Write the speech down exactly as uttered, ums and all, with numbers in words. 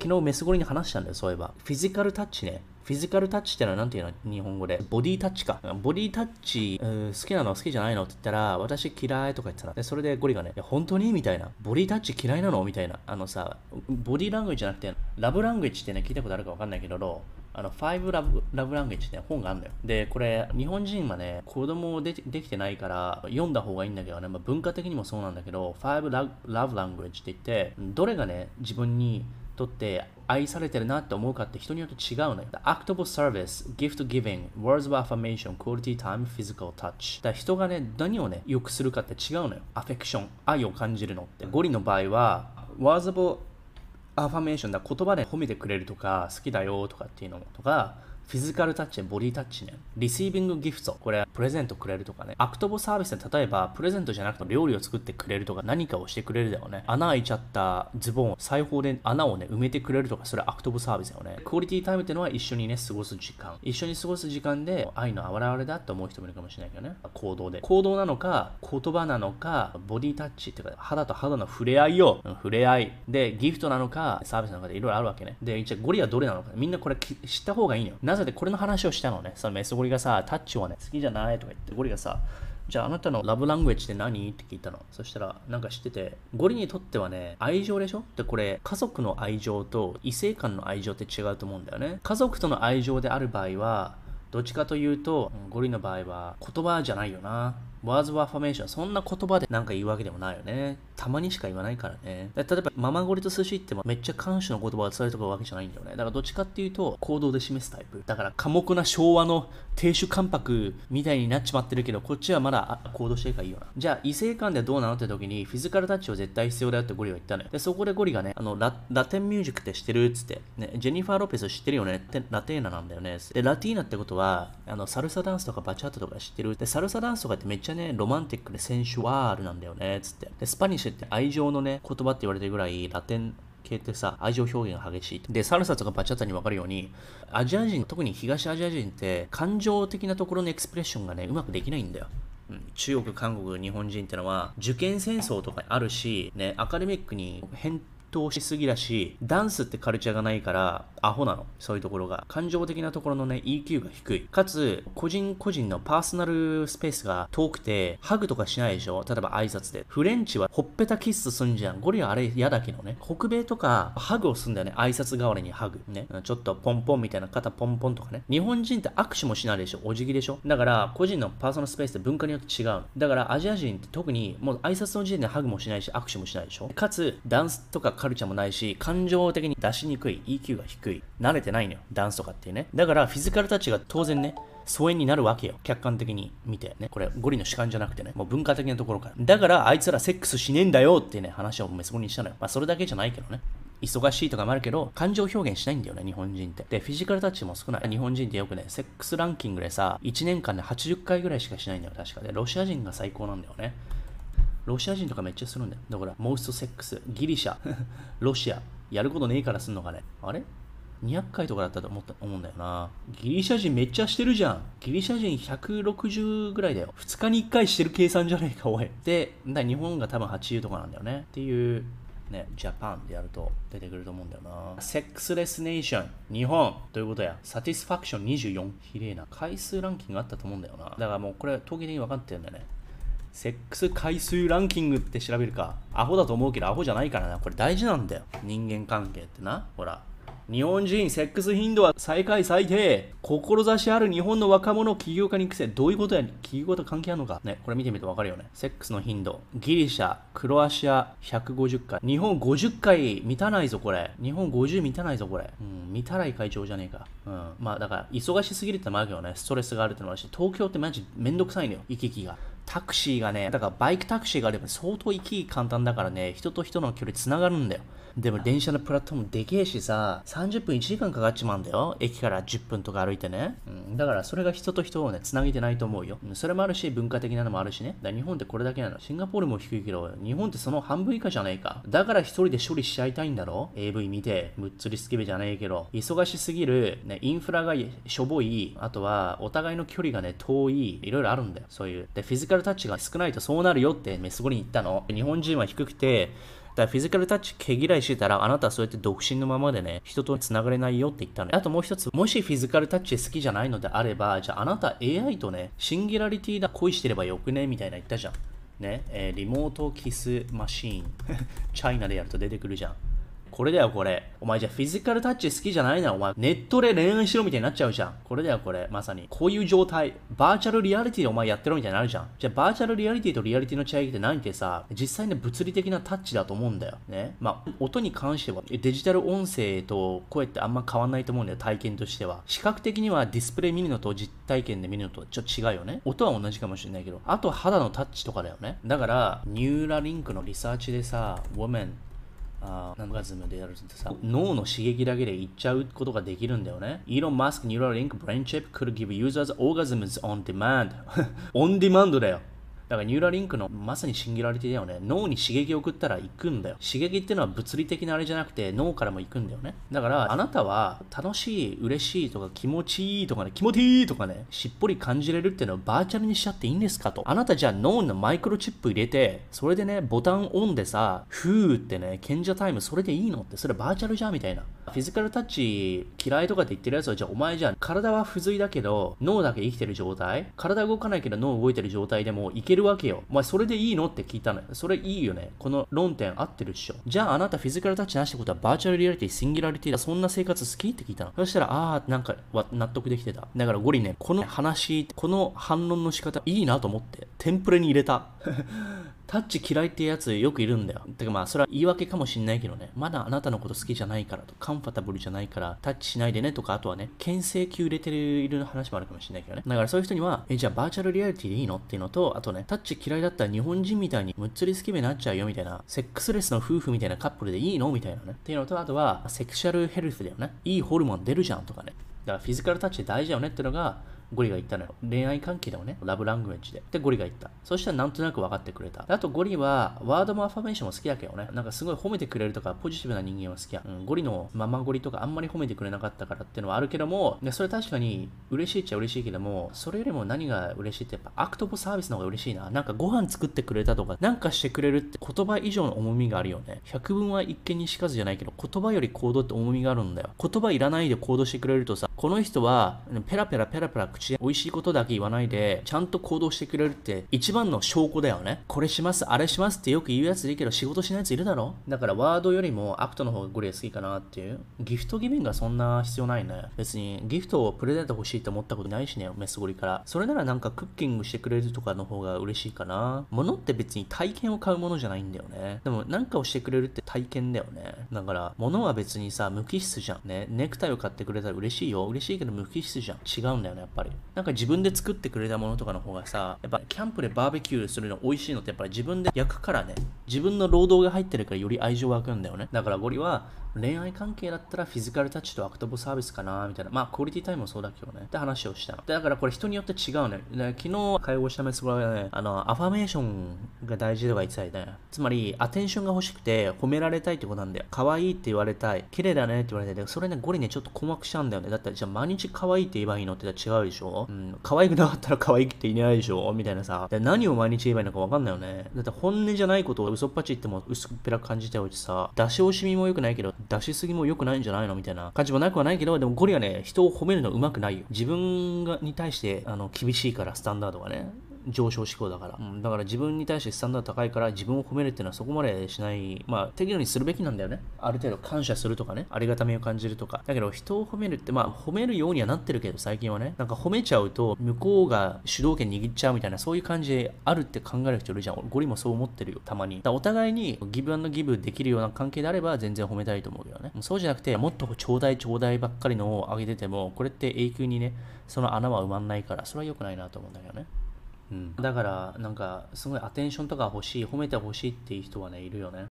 昨日メスゴリに話したんだよ、そういえば。フィジカルタッチね。フィジカルタッチってのは何て言うの日本語で。ボディタッチか。ボディタッチ、好きなの好きじゃないのって言ったら、私嫌いとか言ってたら。で、それでゴリがね、いや本当にみたいな。ボディタッチ嫌いなのみたいな。あのさ、ボディラングエッジじゃなくて、ラブラングエッジってね、聞いたことあるかわかんないけど、あの、ファイブラブ、ラブラングエッジって本があるんだよ。で、これ、日本人はね、子供でできてないから、読んだ方がいいんだけどね、まあ、文化的にもそうなんだけど、ファイブラブラングエッジって言って、どれがね、自分にとって愛されてるなって思うかって人によって違うのよ。Act of service, gift giving, words of affirmation, quality time, physical touch。だから人がね、何をね、よくするかって違うのよ。アフェクション、愛を感じるのって。ゴリの場合は、words of affirmation だ、言葉で褒めてくれるとか、好きだよとかっていうのとか、フィジカルタッチ、ボディタッチね。リシービングギフト。これ、プレゼントくれるとかね。アクトボサービスで例えば、プレゼントじゃなくて料理を作ってくれるとか、何かをしてくれるだよね。穴開いちゃったズボンを裁縫で穴をね、埋めてくれるとか、それはアクトボサービスだよね。クオリティタイムってのは一緒にね、過ごす時間。一緒に過ごす時間で、愛の表れだって思う人もいるかもしれないけどね。行動で。行動なのか、言葉なのか、ボディタッチっていうか、肌と肌の触れ合いよ。触れ合い。で、ギフトなのか、サービスなのかでいろいろあるわけね。で、じゃあゴリはどれなのか。みんなこれ知った方がいいのよ。なぜでこれの話をしたのね。そのメスゴリがさ、タッチはね、好きじゃないとか言って、ゴリがさ、じゃああなたのラブラングエッジって何って聞いたの。そしたら、なんか知ってて、ゴリにとってはね、愛情でしょで、これ、家族の愛情と異性間の愛情って違うと思うんだよね。家族との愛情である場合は、どっちかというと、ゴリの場合は言葉じゃないよな。ワーズはファメーション。そんな言葉でなんか言うわけでもないよね。たまにしか言わないからね。例えば、ママゴリと寿司ってめっちゃ感謝の言葉を伝えるとかわけじゃないんだよね。だからどっちかっていうと、行動で示すタイプ。だから寡黙な昭和の亭主関白みたいになっちまってるけど、こっちはまだ行動してるからいいよな。じゃあ、異性間でどうなのって時に、フィジカルタッチを絶対必要だよってゴリは言ったのよ。で、そこでゴリがね、あの、ラ, ラテンミュージックって知ってるっつって、ね、ジェニファー・ロペス知ってるよねってラテーナなんだよね。で、ラティーナってことは、あの、サルサダンスとかバチャットとか知ってる。で、サルサダンスとかってめっちゃね、ロマンティックでセンシュワールなんだよね、つって。で、スパニッシュって愛情のね、言葉って言われてるぐらい、ラテン系ってさ、愛情表現が激しい。で、サルサとかバチャッタに分かるように、アジア人、特に東アジア人って、感情的なところのエクスプレッションがね、うまくできないんだよ。うん、中国、韓国、日本人ってのは、受験戦争とかあるし、ね、アカデミックに変しすぎだし、ダンスってカルチャーがないからアホなの。そういうところが感情的なところのね イーキュー が低い。かつ個人個人のパーソナルスペースが遠くてハグとかしないでしょ。例えば挨拶で。フレンチはほっぺたキスすんじゃん。ゴリはあれ嫌だけどね。北米とかハグをすんだよね。挨拶代わりにハグね。ちょっとポンポンみたいな肩ポンポンとかね。日本人って握手もしないでしょ。お辞儀でしょ。だから個人のパーソナルスペースって文化によって違う。だからアジア人って特にもう挨拶の時点でハグもしないし握手もしないでしょ。かつダンスとかカルチャーもないし、感情的に出しにくい、イーキュー が低い、慣れてないのよ、ダンスとかっていうね。だからフィジカルタッチが当然ね、疎遠になるわけよ、客観的に見てね。これゴリの主観じゃなくてね、もう文化的なところから。だからあいつらセックスしねえんだよってね、話をメスゴリにしたのよ。まあそれだけじゃないけどね。忙しいとかもあるけど、感情表現しないんだよね、日本人って。で、フィジカルタッチも少ない。日本人ってよくね、セックスランキングでさ、いちねんかんではちじゅっかいぐらいしかしないんだよ、確かで。ロシア人が最高なんだよね。ロシア人とかめっちゃするんだよ。だから、モーストセックス、ギリシャ、ロシア、やることねえからすんのかね。あれ ?にひゃっかいとかだったと思った思うんだよな。ギリシャ人めっちゃしてるじゃん。ギリシャ人ひゃくろくじゅうぐらいだよ。ふつかにいっかいしてる計算じゃねえか、おい。で、だ日本が多分はちじゅうとかなんだよね。っていう、ね、ジャパンでやると出てくると思うんだよな。セックスレスネーション、日本ということや。サティスファクションにじゅうよん。綺麗な回数ランキングあったと思うんだよな。だからもうこれ、統計的に分かってるんだよね。セックス回数ランキングって調べるか。アホだと思うけどアホじゃないからな。これ大事なんだよ。人間関係ってな。ほら。日本人セックス頻度は最下位最低。志ある日本の若者起業家に育成。どういうことやねん。起業家と関係あるのか。ね、これ見てみるとわかるよね。セックスの頻度。ギリシャ、クロアチアひゃくごじゅっかい。日本ごじゅっかい満たないぞ、これ。日本ごじゅう満たないぞ、これ。うん、満たない会長じゃねえか。うん。まあだから、忙しすぎるってのもあるけどね。ストレスがあるってのもあるし、東京ってマジめんどくさいのよ。行き来が。タクシーがね、だからバイクタクシーがあれば相当行き簡単だからね、人と人の距離つながるんだよ。でも電車のプラットフォームでけえしさ、さんじゅっぷんいちじかんかかっちまうんだよ。駅からじゅっぷんとか歩いてね。うん、だからそれが人と人をね、つなげてないと思うよ。それもあるし、文化的なのもあるしね。だから日本ってこれだけなの。シンガポールも低いけど、日本ってその半分以下じゃねえか。だから一人で処理しちゃいたいんだろ ?エーブイ 見て、むっつりスケベじゃねえけど、忙しすぎる、ね、インフラがしょぼい、あとはお互いの距離がね、遠い、いろいろあるんだよ。そういう。で、フィジカルタッチが少ないとそうなるよってメスゴリに言ったの。日本人は低くて、 からフィジカルタッチ毛嫌いしてたら、あなたはそうやって独身のままでね、人と繋がれないよって言ったの。あともう一つ、もしフィジカルタッチ好きじゃないのであれば、じゃああなた エーアイ とね、シンギュラリティだ恋してればよくねみたいな言ったじゃん。ね、えーリモートキスマシーン。チャイナでやると出てくるじゃん。これだよこれ。お前じゃあフィジカルタッチ好きじゃないならお前ネットで恋愛しろみたいになっちゃうじゃん。これだよこれ。まさに。こういう状態。バーチャルリアリティでお前やってろみたいになるじゃん。じゃあバーチャルリアリティとリアリティの違いって何ってさ、実際ね物理的なタッチだと思うんだよ。ね。まあ音に関してはデジタル音声と声ってあんま変わんないと思うんだよ。体験としては。視覚的にはディスプレイ見るのと実体験で見るのとちょっと違うよね。音は同じかもしれないけど。あと肌のタッチとかだよね。だからニューラリンクのリサーチでさ、Womenあなんかズムでやるってさ、脳の刺激だけでいっちゃうことができるんだよね。イーロン・マスク、ニューラリンク、ブレインチップ could give users orgasms on demand オンディマンドだよ。だからニューラリンクのまさにシンギュラリティだよね。脳に刺激を送ったら行くんだよ。刺激っていうのは物理的なあれじゃなくて脳からも行くんだよね。だからあなたは楽しい、嬉しいとか気持ちいいとかね、気持ちいいとかね、しっぽり感じれるっていうのをバーチャルにしちゃっていいんですかと。あなたじゃあ脳のマイクロチップ入れて、それでね、ボタンオンでさ、ふーってね、賢者タイムそれでいいのって、それバーチャルじゃんみたいな。フィジカルタッチ嫌いとかって言ってるやつは、じゃあお前じゃあ体は不随だけど脳だけ生きてる状態、体動かないけど脳動いてる状態でもいけるわけよ。お前それでいいのって聞いたのよ。それいいよね。この論点合ってるっしょ。じゃああなたフィジカルタッチなしってことはバーチャルリアリティ、シンギュラリティだ。そんな生活好きって聞いたの。そしたら、あー、なんか納得できてた。だからゴリね、この話、この反論の仕方いいなと思って、テンプレに入れた。タッチ嫌いってやつよくいるんだよ。てかまあそれは言い訳かもしんないけどね。まだあなたのこと好きじゃないからと、カンファタブルじゃないからタッチしないでねとか、あとはね、牽制球入れてるいる話もあるかもしんないけどね。だからそういう人には、え、じゃあバーチャルリアリティでいいのっていうのと、あとね、タッチ嫌いだったら日本人みたいにむっつり好きになっちゃうよみたいな、セックスレスの夫婦みたいなカップルでいいのみたいなね。っていうのと、あとは、セクシャルヘルスだよね。いいホルモン出るじゃんとかね。だからフィジカルタッチ大事だよねっていうのが、ゴリが言ったのよ。恋愛関係でもね、ラブラングエッジで。で、ゴリが言った。そしたらなんとなく分かってくれた。あとゴリは、ワードもアファメーションも好きだけどね。なんかすごい褒めてくれるとか、ポジティブな人間は好きや。うん、ゴリのママゴリとかあんまり褒めてくれなかったからっていうのはあるけども、でそれ確かに嬉しいっちゃ嬉しいけども、それよりも何が嬉しいってやっぱアクトボサービスの方が嬉しいな。なんかご飯作ってくれたとか、なんかしてくれるって言葉以上の重みがあるよね。百聞は一見にしかずじゃないけど、言葉より行動って重みがあるんだよ。言葉いらないで行動してくれるとさ、この人はペラペラペラペラ口で美味しいことだけ言わないでちゃんと行動してくれるって一番の証拠だよね。これしますあれしますってよく言うやつでいいけど仕事しないやついるだろ。だからワードよりもアクトの方がゴリラ好きかなっていう。ギフトギビングはそんな必要ないね。別にギフトをプレゼント欲しいって思ったことないしね、メスゴリから。それならなんかクッキングしてくれるとかの方が嬉しいかな。物って別に体験を買うものじゃないんだよね。でもなんかをしてくれるって体験だよね。だから物は別にさ無機質じゃんね。ネクタイを買ってくれたら嬉しいよ。嬉しいけど無機質じゃん。違うんだよねやっぱり。なんか自分で作ってくれたものとかの方がさ、やっぱキャンプでバーベキューするの美味しいのってやっぱり自分で焼くからね。自分の労働が入ってるからより愛情湧くんだよね。だからゴリは恋愛関係だったらフィジカルタッチとアクトボサービスかなみたいな。まあクオリティタイムもそうだけどねって話をしたの。だからこれ人によって違うね。で昨日会話したメスゴリはね、あのアファメーションが大事とか言ってたよね。つまりアテンションが欲しくて褒められたいってことなんだよ。可愛いって言われたい、綺麗だねって言われて、それねゴリねちょっと困惑しちゃうんだよね。だったらじゃあ毎日可愛いって言えばいいのって言ったら違うでしょ。うん、可愛くなかったら可愛いって言えないでしょみたいなさ。で何を毎日言えばいいのか分かんないよね。だって本音じゃないことを嘘っぱち言っても薄っぺらく感じておいてさ、出し惜しみも良くないけど出しすぎも良くないんじゃないのみたいな感じもなくはないけど、でもゴリはね人を褒めるの上手くないよ。自分がに対してあの厳しいからスタンダードがね上昇志向だから、うん、だから自分に対してスタンダード高いから自分を褒めるっていうのはそこまでしない。まあ適度にするべきなんだよね。ある程度感謝するとかね、ありがたみを感じるとか。だけど人を褒めるってまあ褒めるようにはなってるけど最近はね、なんか褒めちゃうと向こうが主導権握っちゃうみたいな、そういう感じあるって考える人いるじゃん。ゴリもそう思ってるよたまに。だからお互いにギブアンドギブできるような関係であれば全然褒めたいと思うけどね。そうじゃなくてもっとちょうだいちょうだいばっかりのをあげててもこれって永久にねその穴は埋まんないから、それは良くないなと思うんだけどね。うん、だからなんかすごいアテンションとか欲しい、褒めて欲しいっていう人はねいるよね。